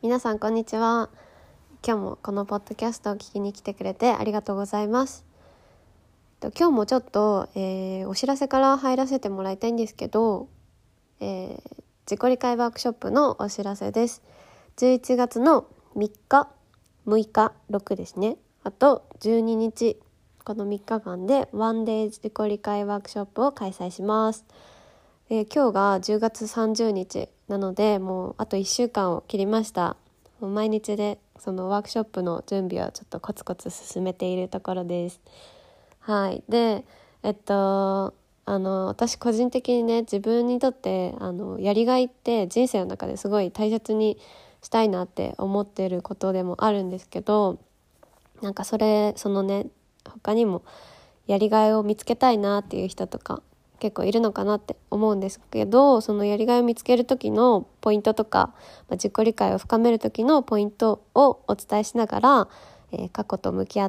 皆さんこんにちは。今日もこのポッドキャストを聞きに来てくれてありがとうございます。今日もちょっと、お知らせから入らせてもらいたいんですけど、自己理解ワークショップのお知らせです。11月の3日、6日、6ですね。あと12日、この3日間でワンデー自己理解ワークショップを開催します。今日が10月30日なので、もうあと1週間を切りました。もう毎日でそのワークショップの準備をちょっとコツコツ進めているところです。はい。で、私個人的にね、自分にとってやりがいって人生の中ですごい大切にしたいなって思ってることでもあるんですけど、なんかそのね、他にもやりがいを見つけたいなっていう人とか結構いるのかなって思うんですけど、そのやりがいを見つける時のポイントとか、自己理解を深める時のポイントをお伝えしながら、過去と向き合って、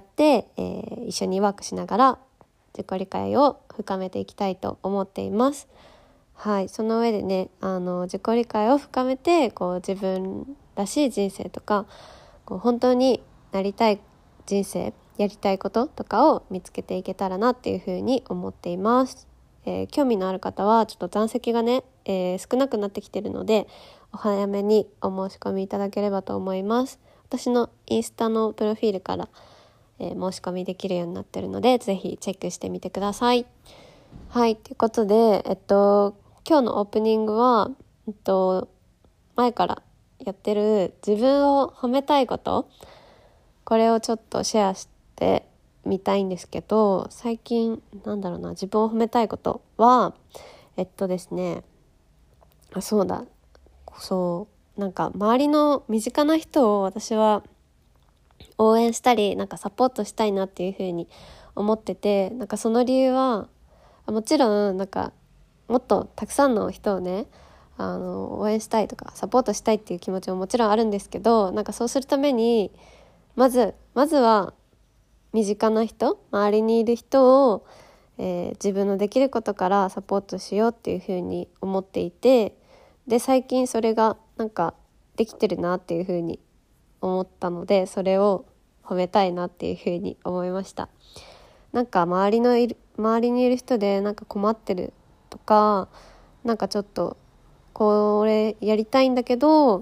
一緒にワークしながら自己理解を深めていきたいと思っています。はい、その上でね、自己理解を深めて自分らしい人生とか本当になりたい人生、やりたいこととかを見つけていけたらなっていうふうに思っています。興味のある方はちょっと残席がね、少なくなってきてるので、お早めにお申し込みいただければと思います。私のインスタのプロフィールから、申し込みできるようになってるので、ぜひチェックしてみてください。はい、ということで、今日のオープニングは、前からやってる自分を褒めたいこと、これをちょっとシェアしてみたいんですけど、最近自分を褒めたいことはですね、なんか周りの身近な人を私は応援したりサポートしたいなっていう風に思ってて、その理由はもちろんもっとたくさんの人をね応援したいとかサポートしたいっていう気持ちももちろんあるんですけど、そうするためにまずは身近な人、周りにいる人を、自分のできることからサポートしようっていうふうに思っていて、で最近それができてるなっていうふうに思ったので、それを褒めたいなっていうふうに思いました。周りにいる人で困ってるとか、ちょっとこれやりたいんだけど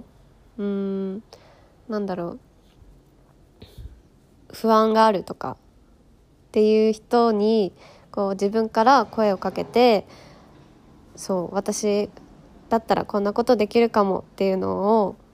不安があるとかっていう人に自分から声をかけて、私だったらこんなことできるかもっていうのを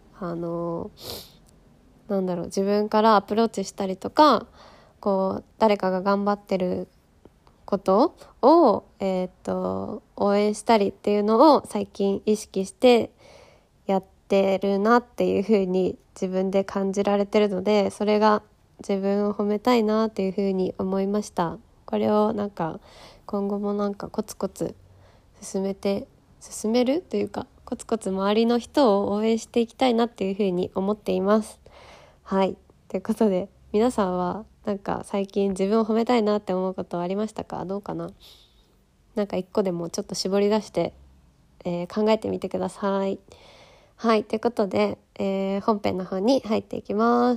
自分からアプローチしたりとか、誰かが頑張ってることを、応援したりっていうのを最近意識してやってるなっていう風に自分で感じられてるので、それが自分を褒めたいなっていう風に思いました。これを今後もコツコツ進めるというか、コツコツ周りの人を応援していきたいなっていう風に思っています。はい、ということで皆さんは最近自分を褒めたいなって思うことはありましたか？どうかな？一個でもちょっと絞り出して、考えてみてください。はい、ということで、本編の方に入っていきます。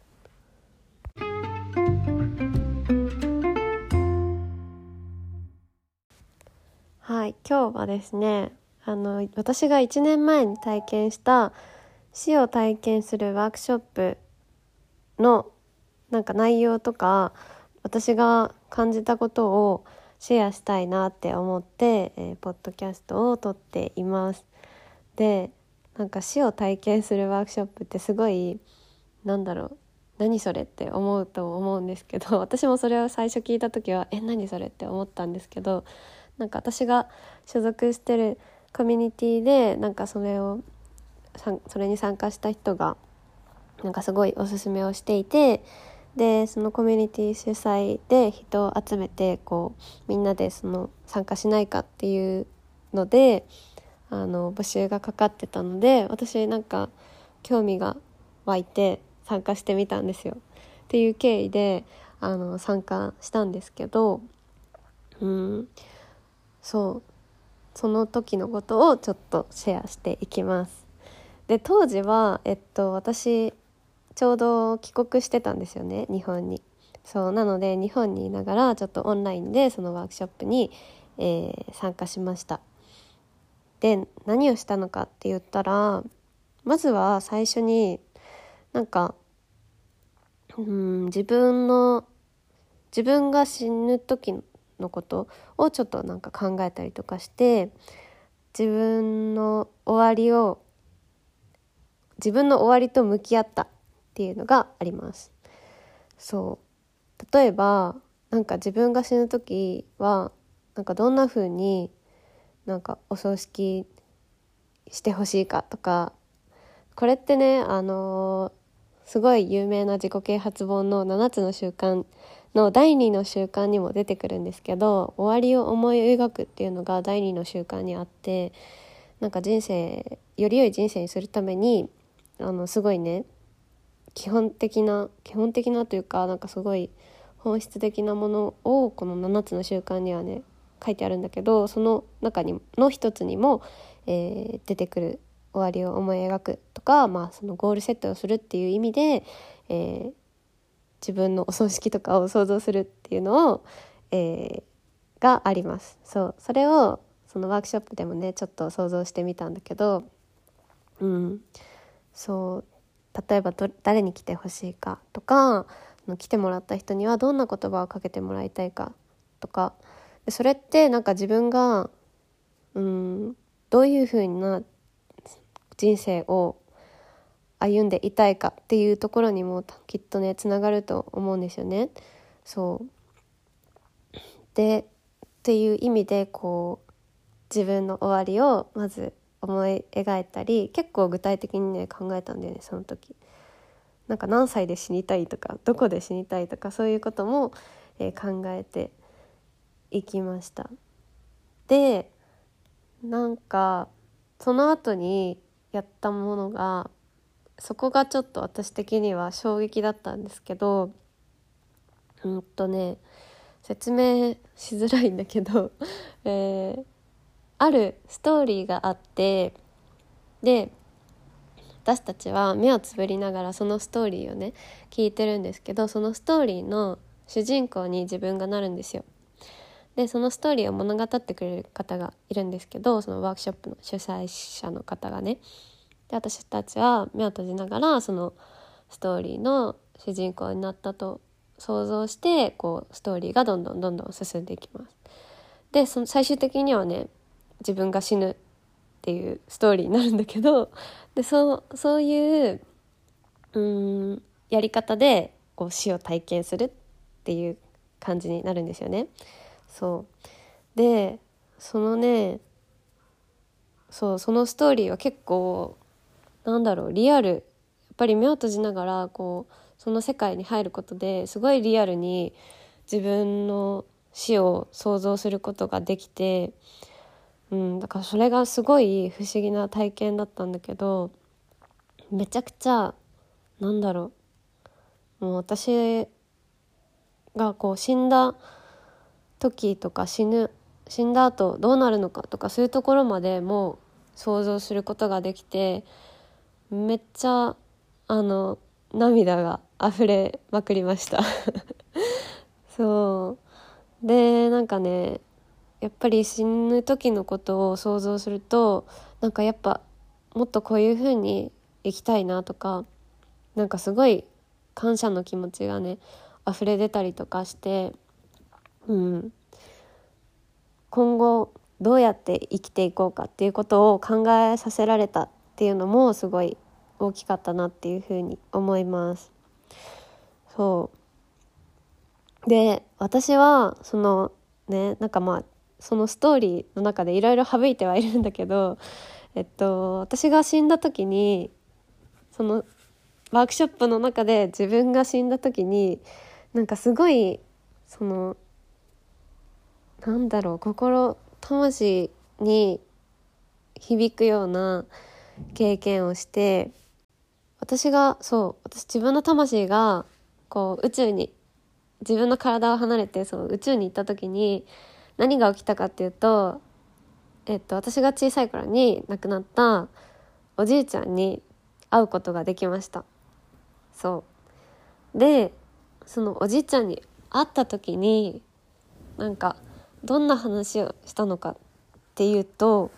はい、今日はですね、私が1年前に体験した死を体験するワークショップの内容とか、私が感じたことをシェアしたいなって思って、ポッドキャストを撮っています。で、死を体験するワークショップってすごい何それって思うと思うんですけど、私もそれを最初聞いた時は何それって思ったんですけど、私が所属してるコミュニティでそれに参加した人がすごいおすすめをしていて、でそのコミュニティ主催で人を集めてみんなで参加しないかっていうので募集がかかってたので、私興味が湧いて参加してみたんですよっていう経緯で参加したんですけど、その時のことをちょっとシェアしていきます。 で当時は、私ちょうど帰国してたんですよね、日本に。そうなので日本にいながらちょっとオンラインでそのワークショップに、参加しました。で何をしたのかって言ったら、まずは最初になんか自分が死ぬ時のことをちょっとなんか考えたりとかして、自分の終わりと向き合ったっていうのがあります。そう例えばなんか自分が死ぬ時はなんかどんな風になんかお葬式してほしいかとか、これってねすごい有名な自己啓発本の7つの習慣の第2の習慣にも出てくるんですけど、終わりを思い描くっていうのが第2の習慣にあって、なんかより良い人生にするためにすごいね基本的なというか、なんかすごい本質的なものをこの7つの習慣にはね書いてあるんだけど、その中の一つにも、出てくる終わりを思い描くとか、そのゴール設定をするっていう意味で、自分のお葬式とかを想像するっていうのを、があります。それをそのワークショップでもねちょっと想像してみたんだけど、例えば誰に来てほしいかとか、来てもらった人にはどんな言葉をかけてもらいたいかとか、それってなんか自分がどういう風な人生を歩んでいたいかっていうところにもきっとねつながると思うんですよね。でっていう意味で自分の終わりをまず思い描いたり、結構具体的にね考えたんだよね、その時。なんか何歳で死にたいとかどこで死にたいとかそういうことも、考えていきました。でなんかその後にやったものが、そこがちょっと私的には衝撃だったんですけど、説明しづらいんだけど、あるストーリーがあって、で私たちは目をつぶりながらそのストーリーをね聞いてるんですけど、そのストーリーの主人公に自分がなるんですよ。でそのストーリーを物語ってくれる方がいるんですけど、そのワークショップの主催者の方がね。で私たちは目を閉じながらそのストーリーの主人公になったと想像してストーリーがどんどん進んでいきます。で最終的にはね自分が死ぬっていうストーリーになるんだけど、でそういうやり方で死を体験するっていう感じになるんですよね。でそのストーリーは結構リアル、やっぱり目を閉じながらその世界に入ることですごいリアルに自分の死を想像することができて、だからそれがすごい不思議な体験だったんだけど、めちゃくちゃもう私が死んだ時とか死んだ後どうなるのかとかそういうところまでもう想像することができて、めっちゃ涙が溢れまくりましたでやっぱり死ぬ時のことを想像するとやっぱもっとこういう風に生きたいなとか、すごい感謝の気持ちがね溢れ出たりとかして、今後どうやって生きていこうかっていうことを考えさせられたっていうのもすごい大きかったなっていうふうに思います。で私はそのストーリーの中でいろいろ省いてはいるんだけど、私が死んだ時にそのワークショップの中で自分が死んだ時にすごい心魂に響くような経験をして、私自分の魂が宇宙に自分の体を離れて宇宙に行った時に何が起きたかっていうと、私が小さい頃に亡くなったおじいちゃんに会うことができました。そうで、そのおじいちゃんに会った時になんかどんな話をしたのかっていうと、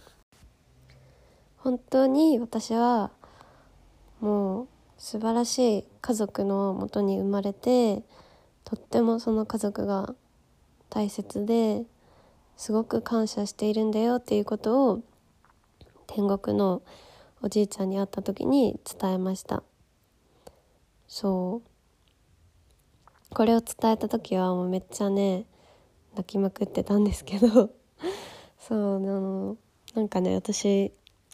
本当に私はもう素晴らしい家族のもとに生まれて、とってもその家族が大切ですごく感謝しているんだよっていうことを天国のおじいちゃんに会った時に伝えました。そうこれを伝えた時はもうめっちゃね泣きまくってたんですけどなんかね、私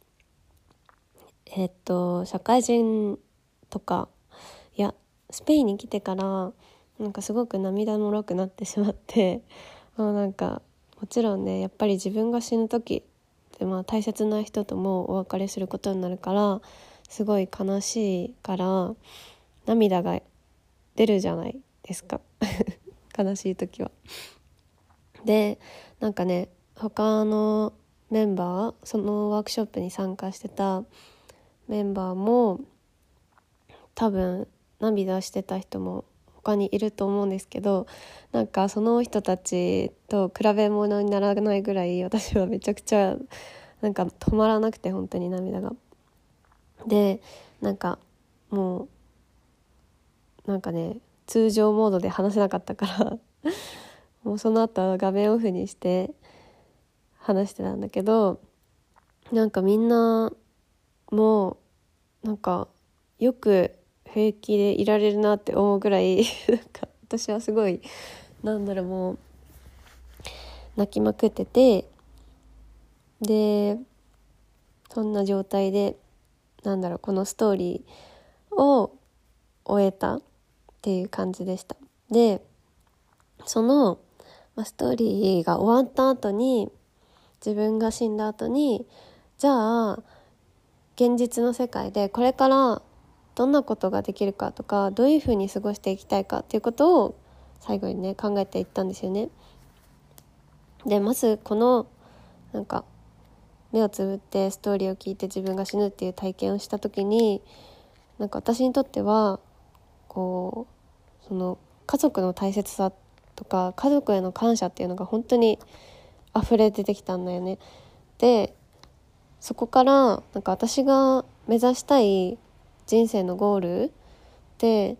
社会人とかスペインに来てからなんかすごく涙もろくなってしまってもうなんかもちろんね、やっぱり自分が死ぬ時で、大切な人ともお別れすることになるからすごい悲しいから涙が出るじゃないですか悲しい時は。でなんかね、他のメンバー、そのワークショップに参加してたメンバーも多分涙してた人も他にいると思うんですけど、なんかその人たちと比べ物にならないぐらい私はめちゃくちゃなんか止まらなくて、本当に涙が。でなんかもうなんかね、通常モードで話せなかったからもうその後は画面オフにして話してたんだけど、なんかみんなもうなんかよく平気でいられるなって思うぐらいなんか私はすごいもう泣きまくってて、でそんな状態でこのストーリーを終えたっていう感じでした。でその、ストーリーが終わった後に、自分が死んだ後に、じゃあ現実の世界でこれからどんなことができるかとか、どういうふうに過ごしていきたいかっていうことを最後にね考えていったんですよね。でまずこのなんか目をつぶってストーリーを聞いて自分が死ぬっていう体験をした時に、なんか私にとってはこうその家族の大切さとか家族への感謝っていうのが本当に溢れ出てきたんだよね。でそこからなんか私が目指したい人生のゴールって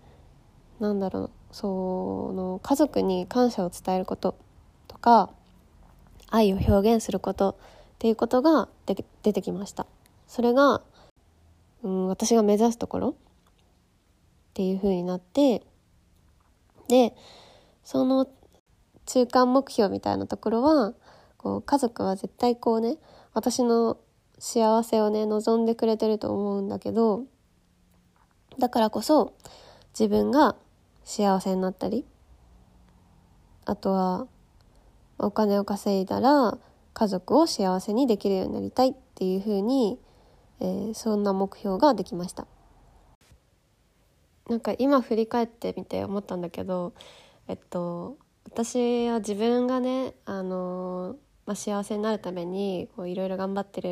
その家族に感謝を伝えることとか愛を表現することっていうことが出てきました。それが、私が目指すところっていう風になって、でその中間目標みたいなところはこう家族は絶対こうね、私の幸せをね望んでくれてると思うんだけど、だからこそ自分が幸せになったり、あとはお金を稼いだら家族を幸せにできるようになりたいっていう風に、そんな目標ができました。なんか今振り返ってみて思ったんだけど、私は自分がね、幸せになるためにいろいろ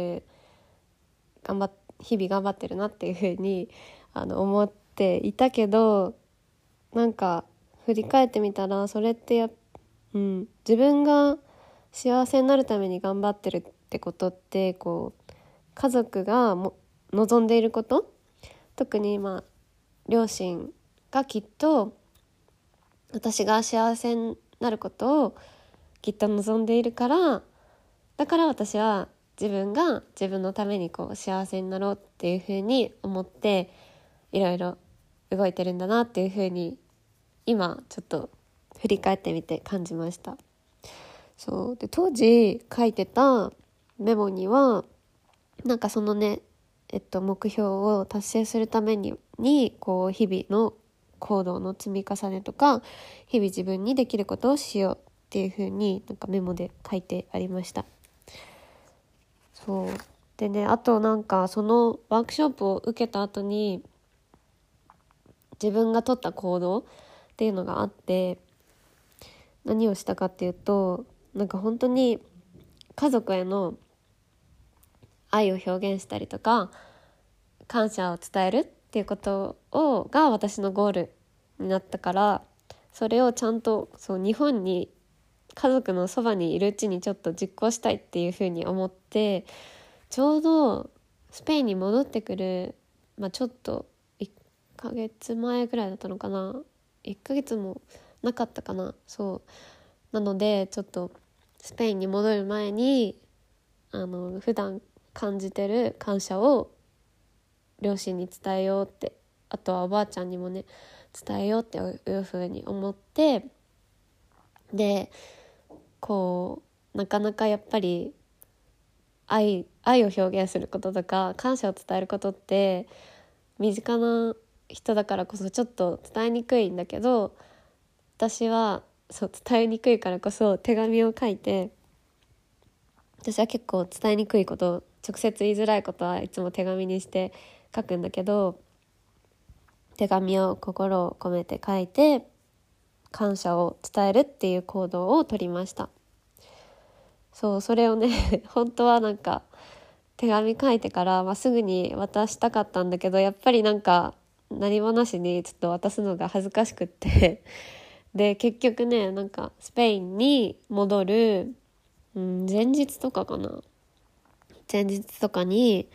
日々頑張ってるなっていう風に思っていたけど、なんか振り返ってみたらそれって自分が幸せになるために頑張ってるってことって家族が望んでいること、特に両親がきっと私が幸せになることをきっと望んでいるから、だから私は自分が自分のために幸せになろうっていう風に思っていろいろ動いてるんだなっていう風に今ちょっと振り返ってみて感じました。そうで当時書いてたメモにはなんかそのね、目標を達成するために日々の行動の積み重ねとか日々自分にできることをしようっていう風になんかメモで書いてありました。そうでね、あとなんかそのワークショップを受けた後に自分が取った行動っていうのがあって、何をしたかっていうと、なんか本当に家族への愛を表現したりとか感謝を伝えるっていうことが私のゴールになったから、それをちゃんと日本に家族のそばにいるうちにちょっと実行したいっていうふうに思って、ちょうどスペインに戻ってくる、ちょっと1ヶ月前ぐらいだったのかな、1ヶ月もなかったかな。なのでちょっとスペインに戻る前に普段感じてる感謝を両親に伝えようって、あとはおばあちゃんにもね伝えようっていうふうに思って、でなかなかやっぱり愛を表現することとか感謝を伝えることって身近な人だからこそちょっと伝えにくいんだけど、私は伝えにくいからこそ手紙を書いて、私は結構伝えにくいこと、直接言いづらいことはいつも手紙にして書くんだけど、手紙を心を込めて書いて感謝を伝えるっていう行動を取りました。それをね本当は手紙書いてから、すぐに渡したかったんだけど、やっぱり何もなしにちょっと渡すのが恥ずかしくってで結局ねスペインに戻る、前日とかに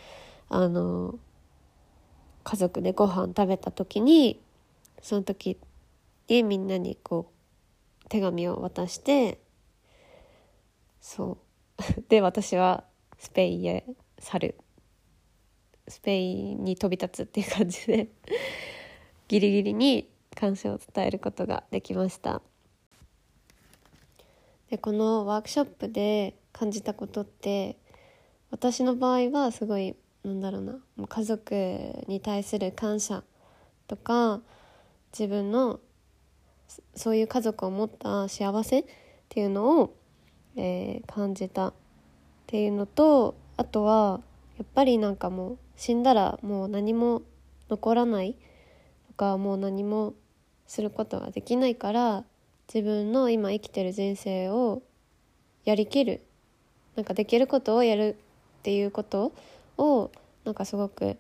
家族でご飯食べた時に、その時にみんなに手紙を渡してで私はスペインへスペインに飛び立つっていう感じでギリギリに感謝を伝えることができました。でこのワークショップで感じたことって、私の場合はすごい家族に対する感謝とか、自分のそういう家族を持った幸せっていうのを、感じたっていうのと、あとはやっぱりもう死んだらもう何も残らないとか、もう何もすることができないから、自分の今生きてる人生をやりきる、できることをやるっていうことをすごく、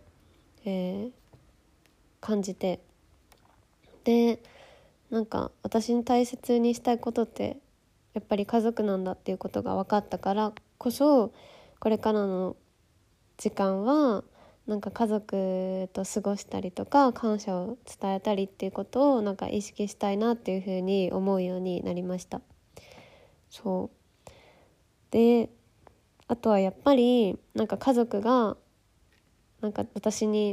感じて、で私に大切にしたいことってやっぱり家族なんだっていうことが分かったからこそ、これからの時間は家族と過ごしたりとか感謝を伝えたりっていうことを意識したいなっていうふうに思うようになりました。であとはやっぱり家族が私に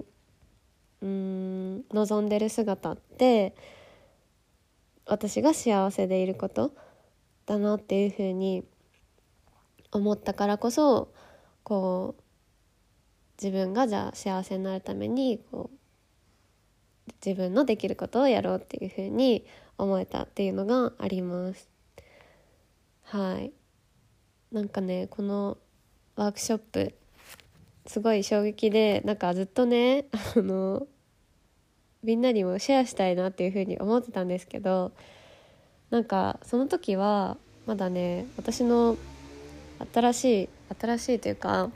望んでる姿って私が幸せでいることだなっていうふうに思ったからこそ、自分がじゃあ幸せになるために自分のできることをやろうっていうふうに思えたっていうのがあります。はい。このワークショップすごい衝撃で、ずっとねみんなにもシェアしたいなっていうふうに思ってたんですけど、その時はまだね、私の新しいというか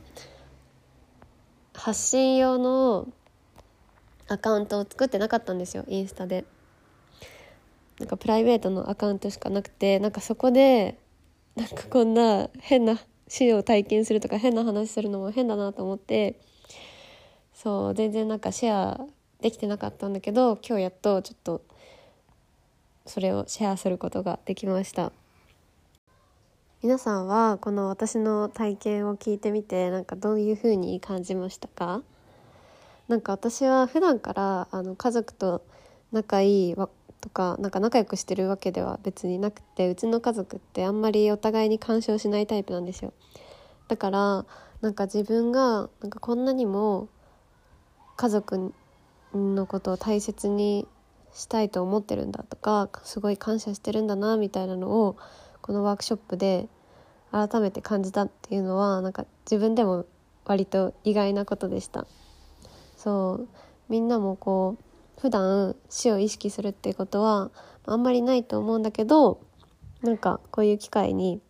発信用のアカウントを作ってなかったんですよ、インスタで。プライベートのアカウントしかなくて、そこでこんな変な死を体験するとか変な話するのも変だなと思って、全然シェアできてなかったんだけど、今日やっとちょっとそれをシェアすることができました。皆さんはこの私の体験を聞いてみてどういう風に感じましたか？私は普段から家族と仲いいとか仲良くしてるわけでは別になくて、うちの家族ってあんまりお互いに干渉しないタイプなんですよ。だから自分がこんなにも家族のことを大切にしたいと思ってるんだとか、すごい感謝してるんだなみたいなのをこのワークショップで改めて感じたっていうのは自分でも割と意外なことでした。みんなも普段死を意識するっていうことはあんまりないと思うんだけど、こういう機会に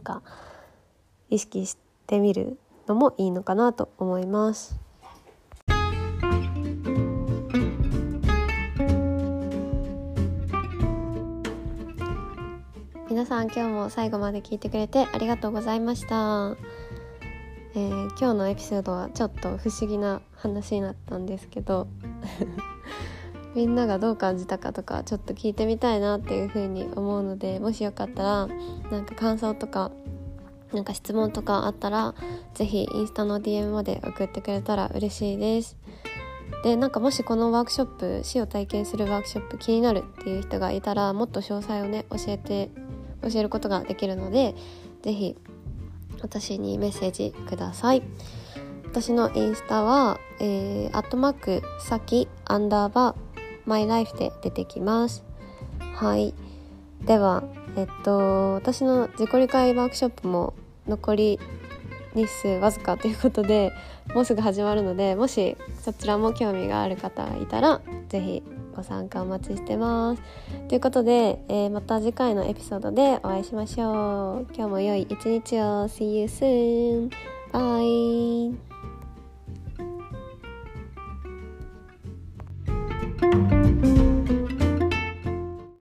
意識してみるのもいいのかなと思います。 さん今日も最後まで聞いてくれてありがとうございました。今日のエピソードはちょっと不思議な話になったんですけどみんながどう感じたかとかちょっと聞いてみたいなっていう風に思うので、もしよかったらなんか感想とかなんか質問とかあったらぜひインスタの DM まで送ってくれたら嬉しいです。でなんかもしこのワークショップ、死を体験するワークショップ気になるっていう人がいたら、もっと詳細をね教えることができるので、ぜひ私にメッセージください。私のインスタはさき_マイライフで出てきます。はい、では私の自己理解ワークショップも残り日数わずかということでもうすぐ始まるので、もしそちらも興味がある方いたらぜひご参加お待ちしてますということで、また次回のエピソードでお会いしましょう。今日も良い一日を。 See you soon. Bye.